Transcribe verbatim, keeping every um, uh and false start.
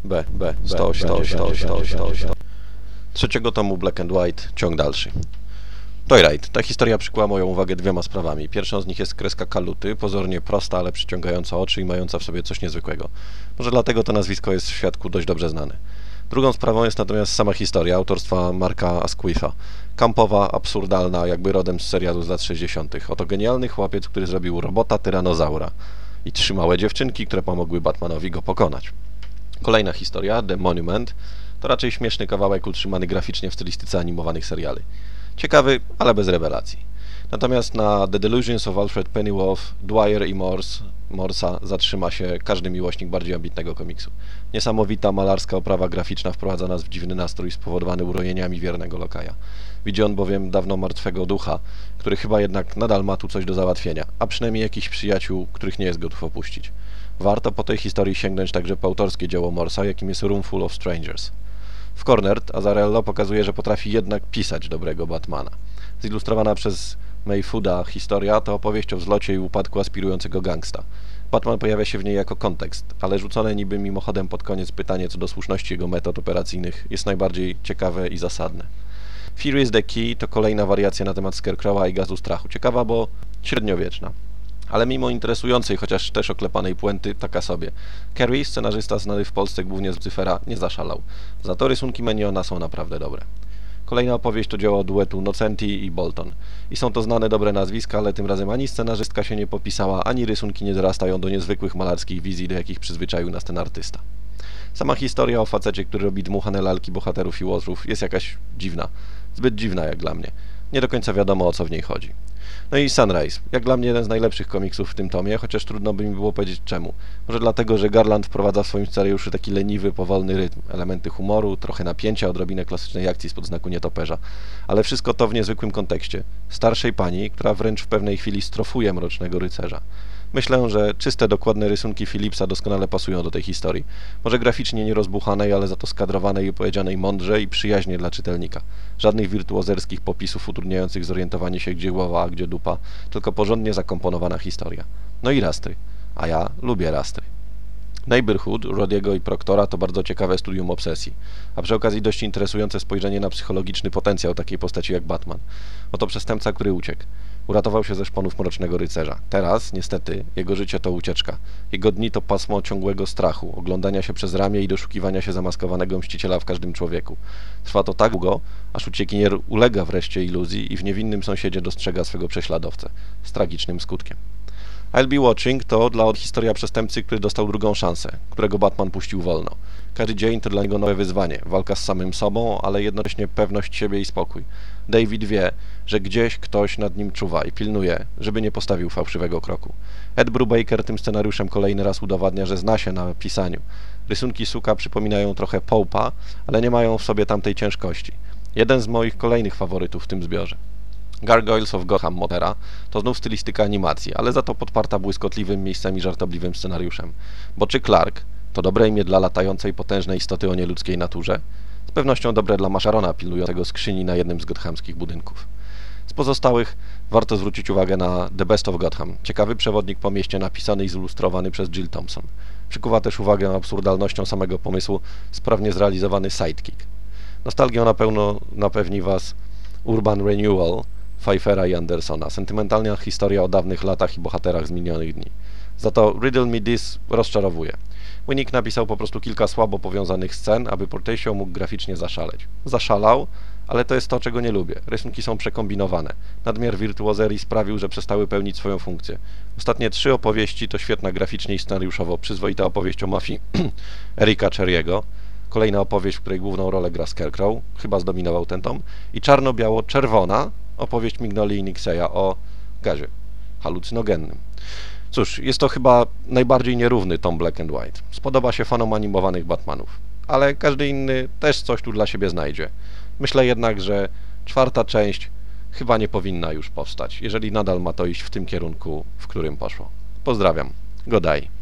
B, B, sto osiemdziesiąt, sto osiemdziesiąt. Trzeciego tomu Black and White, ciąg dalszy. Toyride. Ta historia przykuła moją uwagę dwiema sprawami. Pierwszą z nich jest kreska Kaluty, pozornie prosta, ale przyciągająca oczy i mająca w sobie coś niezwykłego. Może dlatego to nazwisko jest w świadku dość dobrze znane. Drugą sprawą jest natomiast sama historia autorstwa Marka Asquitha. Kampowa, absurdalna, jakby rodem z serialu z lat sześćdziesiątych. Oto genialny chłopiec, który zrobił robota tyranozaura i trzy małe dziewczynki, które pomogły Batmanowi go pokonać. Kolejna historia, The Monument, to raczej śmieszny kawałek utrzymany graficznie w stylistyce animowanych seriali. Ciekawy, ale bez rewelacji. Natomiast na The Delusions of Alfred Pennyworth, Dwyer i Morse, Morsa zatrzyma się każdy miłośnik bardziej ambitnego komiksu. Niesamowita malarska oprawa graficzna wprowadza nas w dziwny nastrój spowodowany urojeniami wiernego lokaja. Widzi on bowiem dawno martwego ducha, który chyba jednak nadal ma tu coś do załatwienia, a przynajmniej jakichś przyjaciół, których nie jest gotów opuścić. Warto po tej historii sięgnąć także po autorskie dzieło Morsa, jakim jest Roomful of Strangers. W Cornered Azzarello pokazuje, że potrafi jednak pisać dobrego Batmana. Zilustrowana przez Mayfooda historia to opowieść o wzlocie i upadku aspirującego gangsta. Batman pojawia się w niej jako kontekst, ale rzucone niby mimochodem pod koniec pytanie co do słuszności jego metod operacyjnych jest najbardziej ciekawe i zasadne. Fear is the Key to kolejna wariacja na temat Scarecrowa i gazu strachu. Ciekawa, bo średniowieczna. Ale mimo interesującej, chociaż też oklepanej puenty, taka sobie. Carey, scenarzysta znany w Polsce głównie z Lucyfera, nie zaszalał. Za to rysunki Meniona są naprawdę dobre. Kolejna opowieść to dzieło duetu Nocenti i Bolton. I są to znane dobre nazwiska, ale tym razem ani scenarzystka się nie popisała, ani rysunki nie dorastają do niezwykłych malarskich wizji, do jakich przyzwyczaił nas ten artysta. Sama historia o facecie, który robi dmuchane lalki bohaterów i łotrów, jest jakaś dziwna. Zbyt dziwna jak dla mnie. Nie do końca wiadomo, o co w niej chodzi. No i Sunrise. Jak dla mnie jeden z najlepszych komiksów w tym tomie, chociaż trudno by mi było powiedzieć czemu. Może dlatego, że Garland wprowadza w swoim scenariuszu taki leniwy, powolny rytm, elementy humoru, trochę napięcia, odrobinę klasycznej akcji spod znaku nietoperza. Ale wszystko to w niezwykłym kontekście. Starszej pani, która wręcz w pewnej chwili strofuje Mrocznego Rycerza. Myślę, że czyste, dokładne rysunki Phillipsa doskonale pasują do tej historii. Może graficznie nierozbuchanej, ale za to skadrowanej i opowiedzianej mądrze i przyjaźnie dla czytelnika. Żadnych wirtuozerskich popisów utrudniających zorientowanie się, gdzie głowa, a gdzie dupa, tylko porządnie zakomponowana historia. No i rastry. A ja lubię rastry. Neighborhood, Rodiego i Proctora to bardzo ciekawe studium obsesji, a przy okazji dość interesujące spojrzenie na psychologiczny potencjał takiej postaci jak Batman. Oto przestępca, który uciekł. Uratował się ze szponów Mrocznego Rycerza. Teraz, niestety, jego życie to ucieczka. Jego dni to pasmo ciągłego strachu, oglądania się przez ramię i doszukiwania się zamaskowanego mściciela w każdym człowieku. Trwa to tak długo, aż uciekinier ulega wreszcie iluzji i w niewinnym sąsiedzie dostrzega swego prześladowcę. Z tragicznym skutkiem. I'll Be Watching to dla historia przestępcy, który dostał drugą szansę, którego Batman puścił wolno. Każdy dzień to dla niego nowe wyzwanie, walka z samym sobą, ale jednocześnie pewność siebie i spokój. David wie, że gdzieś ktoś nad nim czuwa i pilnuje, żeby nie postawił fałszywego kroku. Ed Brubaker tym scenariuszem kolejny raz udowadnia, że zna się na pisaniu. Rysunki Suka przypominają trochę Pope'a, ale nie mają w sobie tamtej ciężkości. Jeden z moich kolejnych faworytów w tym zbiorze. Gargoyles of Gotham Motera to znów stylistyka animacji, ale za to podparta błyskotliwym, miejscami żartobliwym scenariuszem. Bo czy Clark to dobre imię dla latającej, potężnej istoty o nieludzkiej naturze? Z pewnością dobre dla Masharona pilnującego skrzyni na jednym z gothamskich budynków. Z pozostałych warto zwrócić uwagę na The Best of Gotham, ciekawy przewodnik po mieście napisany i zilustrowany przez Jill Thompson. Przykuwa też uwagę absurdalnością samego pomysłu sprawnie zrealizowany sidekick. Nostalgią na pewno napewni Was Urban Renewal Pfeiffera i Andersona, sentymentalna historia o dawnych latach i bohaterach z minionych dni. Za to Riddle Me This rozczarowuje. Winnick napisał po prostu kilka słabo powiązanych scen, aby Portesio mógł graficznie zaszaleć. Zaszalał, ale to jest to, czego nie lubię. Rysunki są przekombinowane. Nadmiar wirtuozerii sprawił, że przestały pełnić swoją funkcję. Ostatnie trzy opowieści to świetna graficznie i scenariuszowo przyzwoita opowieść o mafii Erika Cherry'ego, kolejna opowieść, w której główną rolę gra Scarecrow, chyba zdominował ten tom, i czarno-biało-czerwona opowieść Mignoli i Nixeya o gazie halucynogennym. Cóż, jest to chyba najbardziej nierówny tom Black and White. Spodoba się fanom animowanych Batmanów, ale każdy inny też coś tu dla siebie znajdzie. Myślę jednak, że czwarta część chyba nie powinna już powstać, jeżeli nadal ma to iść w tym kierunku, w którym poszło. Pozdrawiam. Godaj.